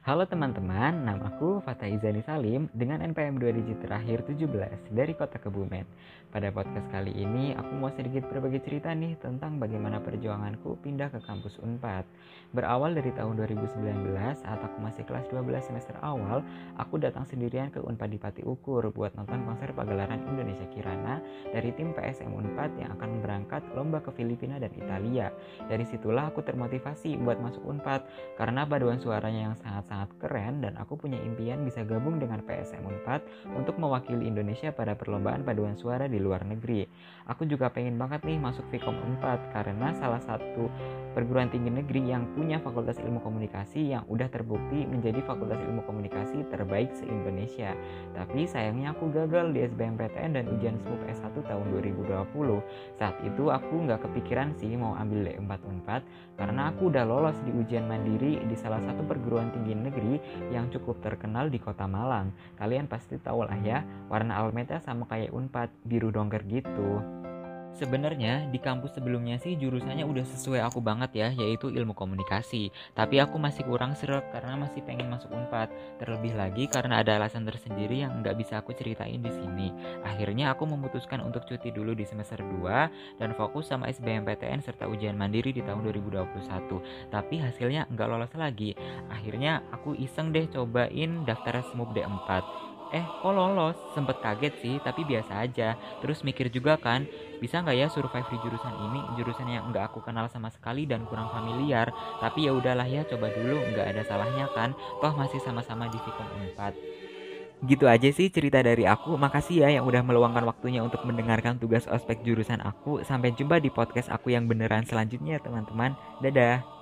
Halo teman-teman, namaku Fatah Izani Salim dengan NPM 2 digit terakhir 17 dari Kota Kebumen. Pada podcast kali ini aku mau sedikit berbagi cerita nih tentang bagaimana perjuanganku pindah ke kampus Unpad. Berawal dari tahun 2019 saat aku masih kelas 12 semester awal, aku datang sendirian ke Unpad di Pati Ukur buat nonton konser pagelaran Indonesia Kirana dari tim PSM Unpad yang akan berangkat lomba ke Filipina dan Italia. Dari situlah aku termotivasi buat masuk Unpad karena paduan suaranya yang sangat keren dan aku punya impian bisa gabung dengan PSM Unpad untuk mewakili Indonesia pada perlombaan paduan suara di luar negeri. Aku juga pengen banget nih masuk Vkom Unpad karena salah satu perguruan tinggi negeri yang punya Fakultas Ilmu Komunikasi yang udah terbukti menjadi Fakultas Ilmu Komunikasi terbaik se-Indonesia. Tapi sayangnya aku gagal di SBMPTN dan ujian SMUP S1 tahun 2020. Saat itu aku nggak kepikiran sih mau ambil D4 Unpad karena aku udah lolos di ujian mandiri di salah satu perguruan tinggi negeri yang cukup terkenal di Kota Malang. Kalian pasti tahu lah ya, warna almeda sama kayak Unpad, biru dongker gitu. Sebenarnya di kampus sebelumnya sih jurusannya udah sesuai aku banget ya, yaitu ilmu komunikasi. Tapi aku masih kurang sreg karena masih pengen masuk Unpad. Terlebih lagi karena ada alasan tersendiri yang nggak bisa aku ceritain di sini. Akhirnya aku memutuskan untuk cuti dulu di semester 2 dan fokus sama SBMPTN serta ujian mandiri di tahun 2021. Tapi hasilnya nggak lolos lagi. Akhirnya aku iseng deh cobain daftar SMUP D4. Kok lolos? Sempet kaget sih, tapi biasa aja. Terus mikir juga kan, bisa nggak ya survive di jurusan ini, jurusan yang nggak aku kenal sama sekali dan kurang familiar. Tapi ya udahlah ya, coba dulu, nggak ada salahnya kan. Toh masih sama-sama di Vkom 4. Gitu aja sih cerita dari aku. Makasih ya yang udah meluangkan waktunya untuk mendengarkan tugas ospek jurusan aku. Sampai jumpa di podcast aku yang beneran selanjutnya teman-teman. Dadah.